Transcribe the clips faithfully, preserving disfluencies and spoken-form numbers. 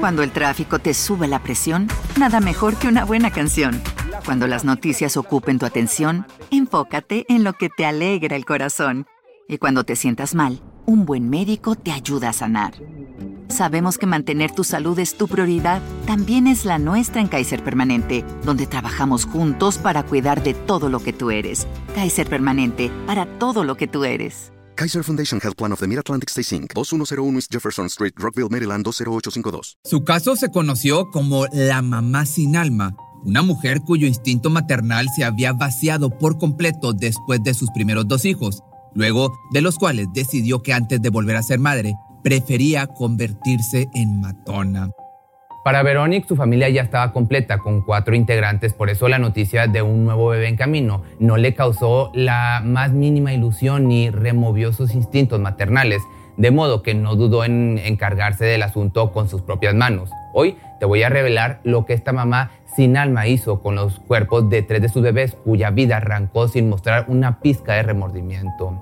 Cuando el tráfico te sube la presión, nada mejor que una buena canción. Cuando las noticias ocupen tu atención, enfócate en lo que te alegra el corazón. Y cuando te sientas mal, un buen médico te ayuda a sanar. Sabemos que mantener tu salud es tu prioridad, también es la nuestra en Kaiser Permanente, donde trabajamos juntos para cuidar de todo lo que tú eres. Kaiser Permanente, para todo lo que tú eres. Kaiser Foundation Health Plan of the Mid-Atlantic Stay Incorporated, veintiuno cero uno East Jefferson Street, Rockville, Maryland, dos cero ocho cinco dos. Su caso se conoció como la mamá sin alma, una mujer cuyo instinto maternal se había vaciado por completo después de sus primeros dos hijos, luego de los cuales decidió que antes de volver a ser madre, prefería convertirse en matona. Para Veronique, su familia ya estaba completa con cuatro integrantes, por eso la noticia de un nuevo bebé en camino no le causó la más mínima ilusión ni removió sus instintos maternales, de modo que no dudó en encargarse del asunto con sus propias manos. Hoy te voy a revelar lo que esta mamá sin alma hizo con los cuerpos de tres de sus bebés, cuya vida arrancó sin mostrar una pizca de remordimiento.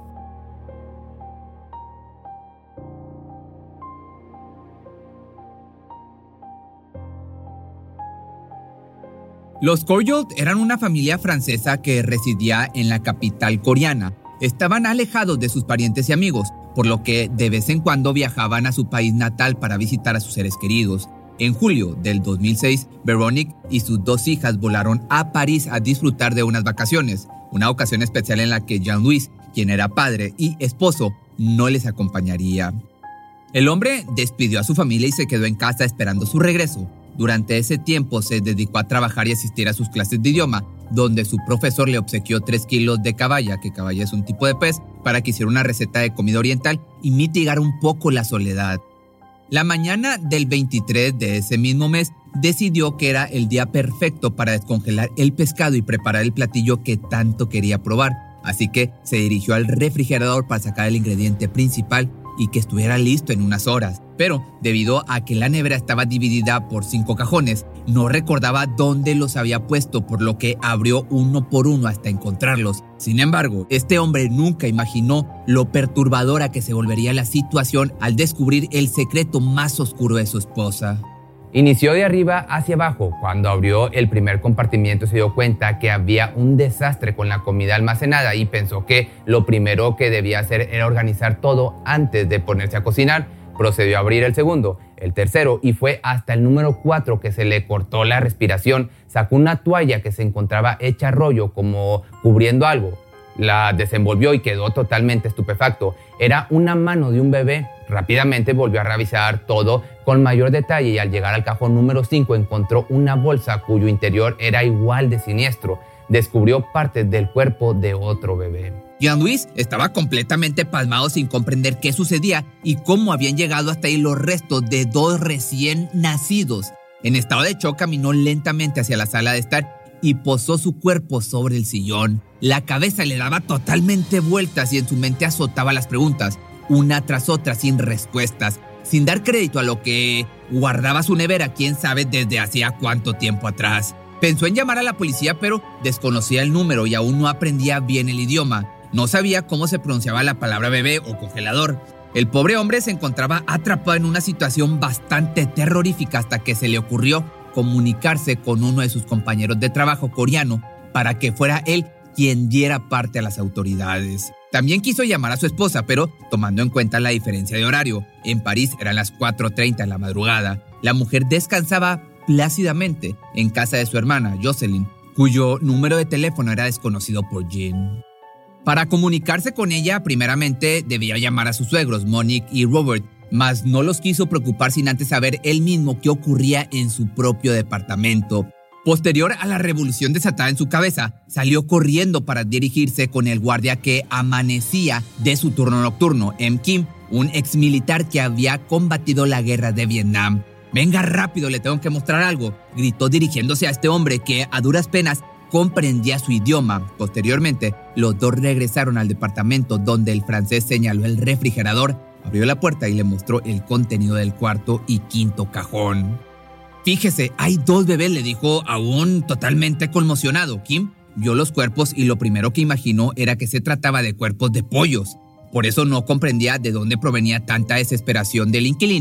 Los Courgeot eran una familia francesa que residía en la capital coreana. Estaban alejados de sus parientes y amigos, por lo que de vez en cuando viajaban a su país natal para visitar a sus seres queridos. En julio del dos mil seis, Veronique y sus dos hijas volaron a París a disfrutar de unas vacaciones, una ocasión especial en la que Jean-Louis, quien era padre y esposo, no les acompañaría. El hombre despidió a su familia y se quedó en casa esperando su regreso. Durante ese tiempo se dedicó a trabajar y asistir a sus clases de idioma, donde su profesor le obsequió tres kilos de caballa, que caballa es un tipo de pez, para que hiciera una receta de comida oriental y mitigar un poco la soledad. La mañana del veintitrés de ese mismo mes decidió que era el día perfecto para descongelar el pescado y preparar el platillo que tanto quería probar, así que se dirigió al refrigerador para sacar el ingrediente principal y que estuviera listo en unas horas. Pero debido a que la nevera estaba dividida por cinco cajones, no recordaba dónde los había puesto, por lo que abrió uno por uno hasta encontrarlos. Sin embargo, este hombre nunca imaginó lo perturbadora que se volvería la situación al descubrir el secreto más oscuro de su esposa. Inició de arriba hacia abajo. Cuando abrió el primer compartimiento se dio cuenta que había un desastre con la comida almacenada y pensó que lo primero que debía hacer era organizar todo antes de ponerse a cocinar. Procedió a abrir el segundo, el tercero y fue hasta el número cuatro que se le cortó la respiración. Sacó una toalla que se encontraba hecha rollo como cubriendo algo. La desenvolvió y quedó totalmente estupefacto. Era una mano de un bebé. Rápidamente volvió a revisar todo con mayor detalle y al llegar al cajón número cinco encontró una bolsa cuyo interior era igual de siniestro. Descubrió partes del cuerpo de otro bebé. Jean-Louis estaba completamente pasmado sin comprender qué sucedía y cómo habían llegado hasta ahí los restos de dos recién nacidos. En estado de shock caminó lentamente hacia la sala de estar y posó su cuerpo sobre el sillón. La cabeza le daba totalmente vueltas y en su mente azotaba las preguntas, una tras otra sin respuestas, sin dar crédito a lo que guardaba su nevera, quién sabe desde hacía cuánto tiempo atrás. Pensó en llamar a la policía, pero desconocía el número y aún no aprendía bien el idioma. No sabía cómo se pronunciaba la palabra bebé o congelador. El pobre hombre se encontraba atrapado en una situación bastante terrorífica hasta que se le ocurrió comunicarse con uno de sus compañeros de trabajo coreano para que fuera él quien diera parte a las autoridades. También quiso llamar a su esposa, pero tomando en cuenta la diferencia de horario, en París eran las cuatro treinta de la madrugada. La mujer descansaba plácidamente en casa de su hermana, Jocelyn, cuyo número de teléfono era desconocido por Jean. Para comunicarse con ella, primeramente debía llamar a sus suegros, Monique y Robert, mas no los quiso preocupar sin antes saber él mismo qué ocurría en su propio departamento. Posterior a la revolución desatada en su cabeza, salió corriendo para dirigirse con el guardia que amanecía de su turno nocturno, M. Kim, un exmilitar que había combatido la guerra de Vietnam. «Venga rápido, le tengo que mostrar algo», gritó dirigiéndose a este hombre que a duras penas comprendía su idioma. Posteriormente, los dos regresaron al departamento donde el francés señaló el refrigerador, abrió la puerta y le mostró el contenido del cuarto y quinto cajón. «Fíjese, hay dos bebés», le dijo aún totalmente conmocionado. Kim vio los cuerpos y lo primero que imaginó era que se trataba de cuerpos de pollos. Por eso no comprendía de dónde provenía tanta desesperación del inquilino.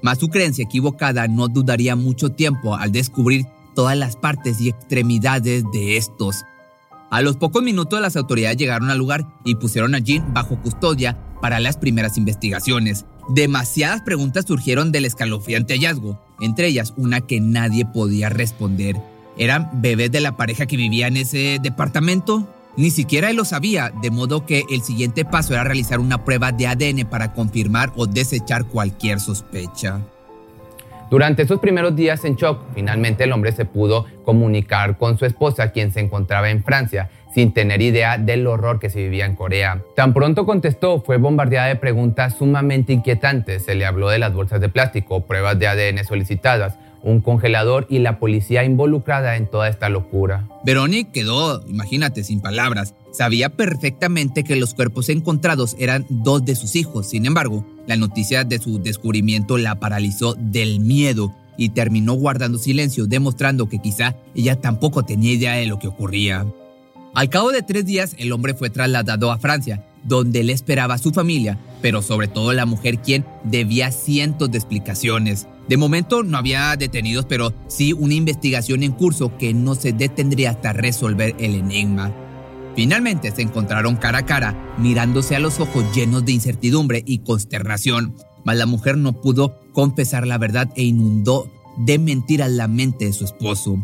mas su creencia equivocada no dudaría mucho tiempo al descubrir todas las partes y extremidades de estos. A los pocos minutos las autoridades llegaron al lugar y pusieron a Jean bajo custodia para las primeras investigaciones. Demasiadas preguntas surgieron del escalofriante hallazgo, entre ellas una que nadie podía responder. ¿Eran bebés de la pareja que vivía en ese departamento? Ni siquiera él lo sabía, de modo que el siguiente paso era realizar una prueba de A D N para confirmar o desechar cualquier sospecha. Durante esos primeros días en shock, finalmente el hombre se pudo comunicar con su esposa, quien se encontraba en Francia, sin tener idea del horror que se vivía en Corea. Tan pronto contestó, fue bombardeada de preguntas sumamente inquietantes. Se le habló de las bolsas de plástico, pruebas de A D N solicitadas, un congelador y la policía involucrada en toda esta locura. Veronique quedó, imagínate, sin palabras. Sabía perfectamente que los cuerpos encontrados eran dos de sus hijos. Sin embargo, la noticia de su descubrimiento la paralizó del miedo y terminó guardando silencio, demostrando que quizá ella tampoco tenía idea de lo que ocurría. Al cabo de tres días, el hombre fue trasladado a Francia, donde le esperaba a su familia, pero sobre todo la mujer, quien debía cientos de explicaciones. De momento no había detenidos, pero sí una investigación en curso que no se detendría hasta resolver el enigma. Finalmente se encontraron cara a cara, mirándose a los ojos llenos de incertidumbre y consternación, mas la mujer no pudo confesar la verdad e inundó de mentiras la mente de su esposo.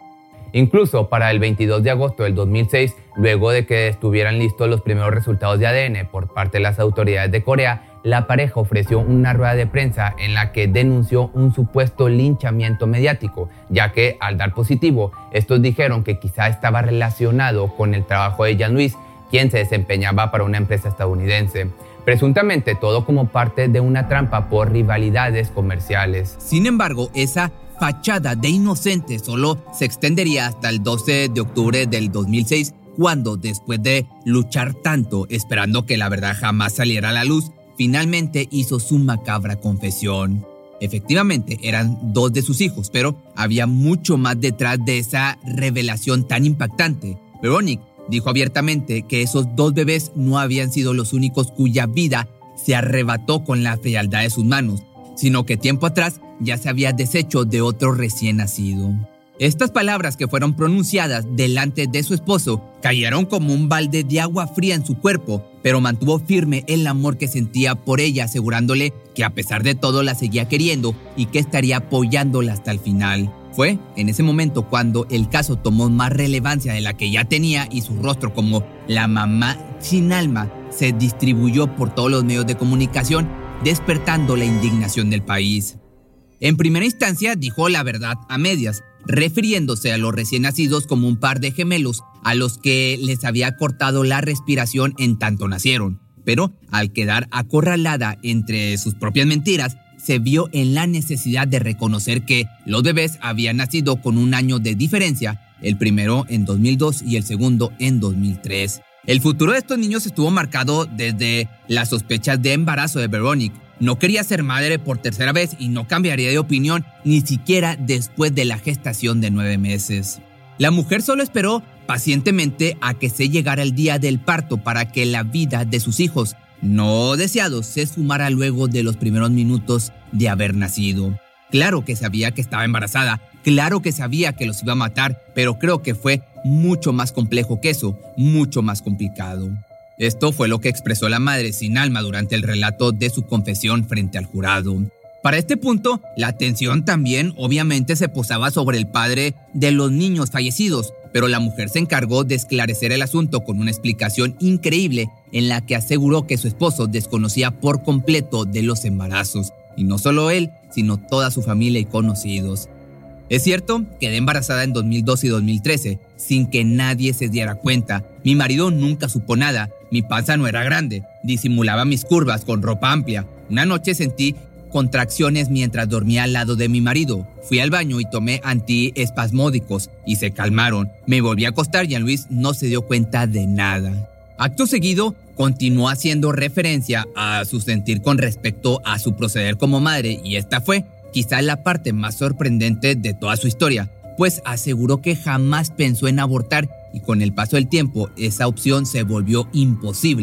Incluso para el veintidós de agosto del dos mil seis, luego de que estuvieran listos los primeros resultados de A D N por parte de las autoridades de Corea, la pareja ofreció una rueda de prensa en la que denunció un supuesto linchamiento mediático, ya que al dar positivo, estos dijeron que quizá estaba relacionado con el trabajo de Jean-Louis, quien se desempeñaba para una empresa estadounidense. Presuntamente todo como parte de una trampa por rivalidades comerciales. Sin embargo, esa fachada de inocente solo se extendería hasta el doce de octubre del dos mil seis, cuando, después de luchar tanto esperando que la verdad jamás saliera a la luz, finalmente hizo su macabra confesión. Efectivamente, eran dos de sus hijos, pero había mucho más detrás de esa revelación tan impactante. Veronique dijo abiertamente que esos dos bebés no habían sido los únicos cuya vida se arrebató con la frialdad de sus manos, sino que tiempo atrás ya se había deshecho de otro recién nacido. Estas palabras, que fueron pronunciadas delante de su esposo, cayeron como un balde de agua fría en su cuerpo, pero mantuvo firme el amor que sentía por ella, asegurándole que a pesar de todo la seguía queriendo y que estaría apoyándola hasta el final. Fue en ese momento cuando el caso tomó más relevancia de la que ya tenía y su rostro como la mamá sin alma se distribuyó por todos los medios de comunicación, despertando la indignación del país. En primera instancia dijo la verdad a medias, refiriéndose a los recién nacidos como un par de gemelos a los que les había cortado la respiración en tanto nacieron. Pero al quedar acorralada entre sus propias mentiras, se vio en la necesidad de reconocer que los bebés habían nacido con un año de diferencia, el primero en dos mil dos y el segundo en dos mil tres. El futuro de estos niños estuvo marcado desde las sospechas de embarazo de Veronique. No quería ser madre por tercera vez y no cambiaría de opinión ni siquiera después de la gestación de nueve meses. La mujer solo esperó pacientemente a que se llegara el día del parto para que la vida de sus hijos no deseados se esfumara luego de los primeros minutos de haber nacido. Claro que sabía que estaba embarazada, claro que sabía que los iba a matar, pero creo que fue mucho más complejo que eso, mucho más complicado. Esto fue lo que expresó la madre sin alma durante el relato de su confesión frente al jurado. Para este punto, la atención también obviamente se posaba sobre el padre de los niños fallecidos, pero la mujer se encargó de esclarecer el asunto con una explicación increíble en la que aseguró que su esposo desconocía por completo de los embarazos, y no solo él, sino toda su familia y conocidos. Es cierto, quedé embarazada en dos mil doce y dos mil trece, sin que nadie se diera cuenta. Mi marido nunca supo nada, mi panza no era grande, disimulaba mis curvas con ropa amplia. Una noche sentí contracciones mientras dormía al lado de mi marido. Fui al baño y tomé antiespasmódicos y se calmaron. Me volví a acostar y Jean-Louis no se dio cuenta de nada. Acto seguido, continuó haciendo referencia a su sentir con respecto a su proceder como madre, y esta fue quizá la parte más sorprendente de toda su historia, pues aseguró que jamás pensó en abortar y con el paso del tiempo esa opción se volvió imposible.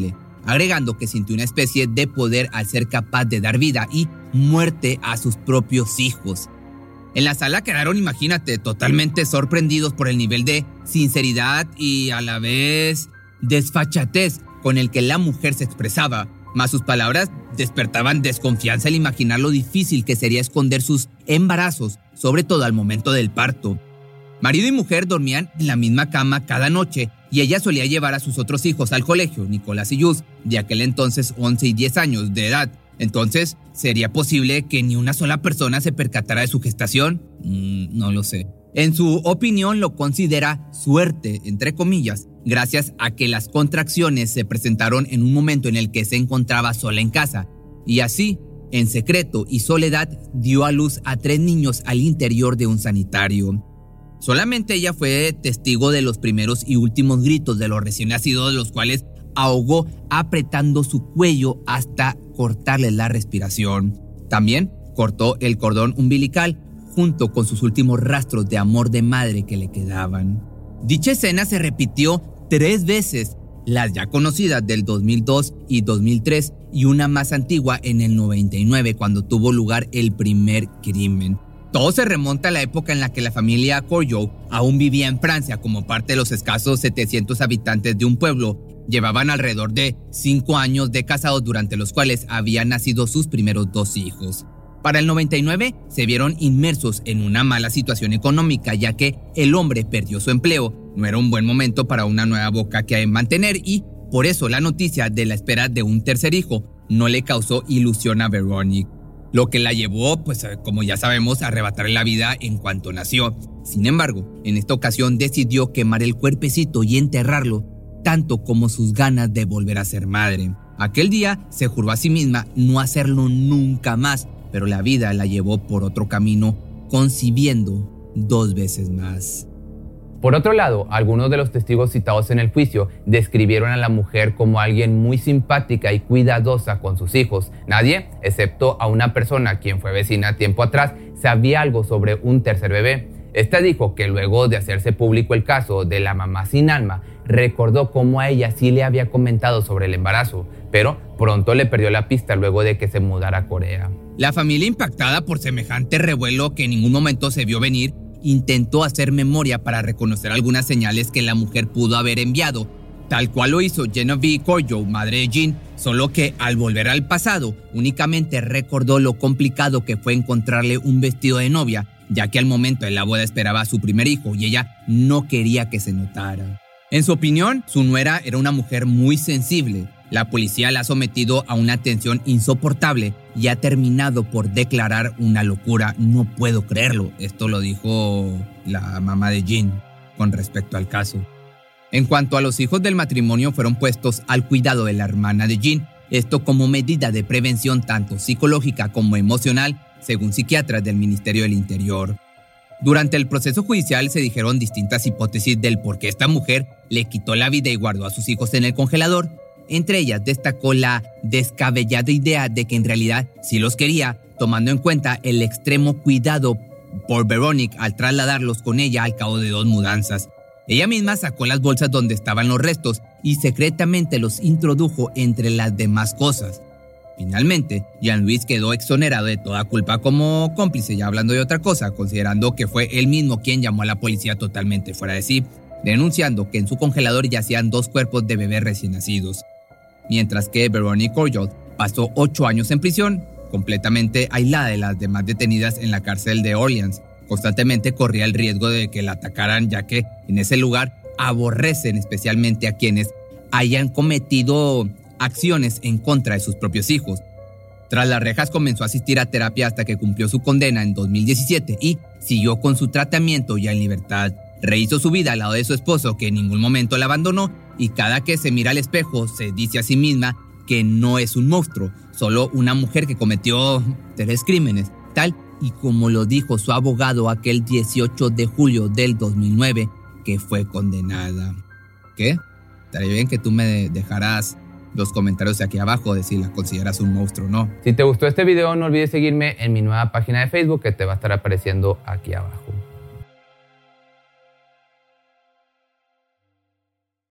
agregando que sintió una especie de poder al ser capaz de dar vida y muerte a sus propios hijos. En la sala quedaron, imagínate, totalmente sorprendidos por el nivel de sinceridad y a la vez desfachatez con el que la mujer se expresaba, mas sus palabras despertaban desconfianza al imaginar lo difícil que sería esconder sus embarazos, sobre todo al momento del parto. Marido y mujer dormían en la misma cama cada noche y ella solía llevar a sus otros hijos al colegio, Nicolás y Jus, de aquel entonces once y diez años de edad. Entonces, ¿sería posible que ni una sola persona se percatara de su gestación? Mm, no lo sé. En su opinión lo considera suerte, entre comillas, gracias a que las contracciones se presentaron en un momento en el que se encontraba sola en casa. Y así, en secreto y soledad, dio a luz a tres niños al interior de un sanitario. Solamente ella fue testigo de los primeros y últimos gritos de los recién nacidos, los cuales ahogó apretando su cuello hasta cortarle la respiración. También cortó el cordón umbilical junto con sus últimos rastros de amor de madre que le quedaban. Dicha escena se repitió tres veces, las ya conocidas del dos mil dos y dos mil tres y una más antigua en el noventa y nueve cuando tuvo lugar el primer crimen. Todo se remonta a la época en la que la familia Corjo aún vivía en Francia como parte de los escasos setecientos habitantes de un pueblo. Llevaban alrededor de cinco años de casados durante los cuales habían nacido sus primeros dos hijos. Para el noventa y nueve se vieron inmersos en una mala situación económica ya que el hombre perdió su empleo. No era un buen momento para una nueva boca que mantener y por eso la noticia de la espera de un tercer hijo no le causó ilusión a Veronique, lo que la llevó, pues como ya sabemos, a arrebatarle la vida en cuanto nació. Sin embargo, en esta ocasión decidió quemar el cuerpecito y enterrarlo, tanto como sus ganas de volver a ser madre. Aquel día se juró a sí misma no hacerlo nunca más, pero la vida la llevó por otro camino, concibiendo dos veces más. Por otro lado, algunos de los testigos citados en el juicio describieron a la mujer como alguien muy simpática y cuidadosa con sus hijos. Nadie, excepto a una persona quien fue vecina tiempo atrás, sabía algo sobre un tercer bebé. Esta dijo que luego de hacerse público el caso de la mamá sin alma, recordó cómo a ella sí le había comentado sobre el embarazo, pero pronto le perdió la pista luego de que se mudara a Corea. La familia, impactada por semejante revuelo que en ningún momento se vio venir, intentó hacer memoria para reconocer algunas señales que la mujer pudo haber enviado, tal cual lo hizo Genevieve Corjo, madre de Jean, solo que al volver al pasado únicamente recordó lo complicado que fue encontrarle un vestido de novia, ya que al momento de la boda esperaba a su primer hijo y ella no quería que se notara. En su opinión, su nuera era una mujer muy sensible. La policía la ha sometido a una tensión insoportable y ha terminado por declarar una locura. No puedo creerlo. Esto lo dijo la mamá de Jean con respecto al caso. En cuanto a los hijos del matrimonio, fueron puestos al cuidado de la hermana de Jean. Esto como medida de prevención tanto psicológica como emocional, según psiquiatras del Ministerio del Interior. Durante el proceso judicial se dijeron distintas hipótesis del por qué esta mujer le quitó la vida y guardó a sus hijos en el congelador. Entre ellas destacó la descabellada idea de que en realidad sí los quería, tomando en cuenta el extremo cuidado por Veronique al trasladarlos con ella al cabo de dos mudanzas. Ella misma sacó las bolsas donde estaban los restos y secretamente los introdujo entre las demás cosas. Finalmente, Jean-Louis quedó exonerado de toda culpa como cómplice, ya hablando de otra cosa, considerando que fue él mismo quien llamó a la policía totalmente fuera de sí, denunciando que en su congelador yacían dos cuerpos de bebés recién nacidos. Mientras que Veronique Corjo pasó ocho años en prisión, completamente aislada de las demás detenidas en la cárcel de Orleans. Constantemente corría el riesgo de que la atacaran, ya que en ese lugar aborrecen especialmente a quienes hayan cometido acciones en contra de sus propios hijos. Tras las rejas comenzó a asistir a terapia hasta que cumplió su condena en dos mil diecisiete y siguió con su tratamiento ya en libertad. Rehizo su vida al lado de su esposo, que en ningún momento la abandonó, y cada que se mira al espejo se dice a sí misma que no es un monstruo, solo una mujer que cometió tres crímenes, tal y como lo dijo su abogado aquel dieciocho de julio del dos mil nueve, que fue condenada. ¿Qué? Estaría bien que tú me dejaras los comentarios de aquí abajo de si la consideras un monstruo o no. Si te gustó este video, no olvides seguirme en mi nueva página de Facebook que te va a estar apareciendo aquí abajo.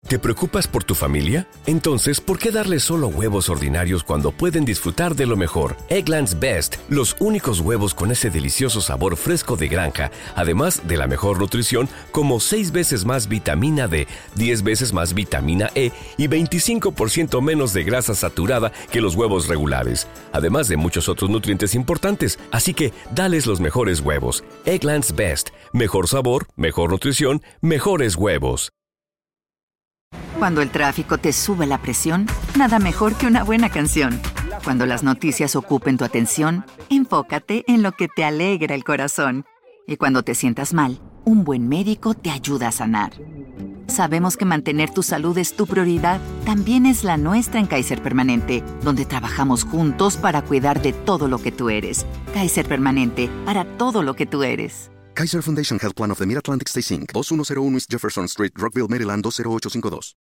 ¿Te preocupas por tu familia? Entonces, ¿por qué darles solo huevos ordinarios cuando pueden disfrutar de lo mejor? Eggland's Best, los únicos huevos con ese delicioso sabor fresco de granja, además de la mejor nutrición, como seis veces más vitamina D, diez veces más vitamina E y veinticinco por ciento menos de grasa saturada que los huevos regulares, además de muchos otros nutrientes importantes. Así que, dales los mejores huevos. Eggland's Best, mejor sabor, mejor nutrición, mejores huevos. Cuando el tráfico te sube la presión, nada mejor que una buena canción. Cuando las noticias ocupen tu atención, enfócate en lo que te alegra el corazón. Y cuando te sientas mal, un buen médico te ayuda a sanar. Sabemos que mantener tu salud es tu prioridad, también es la nuestra en Kaiser Permanente, donde trabajamos juntos para cuidar de todo lo que tú eres. Kaiser Permanente, para todo lo que tú eres. Kaiser Foundation Health Plan of the Mid-Atlantic Stay Incorporated, dos uno cero uno East Jefferson Street, Rockville, Maryland dos cero ocho cinco dos.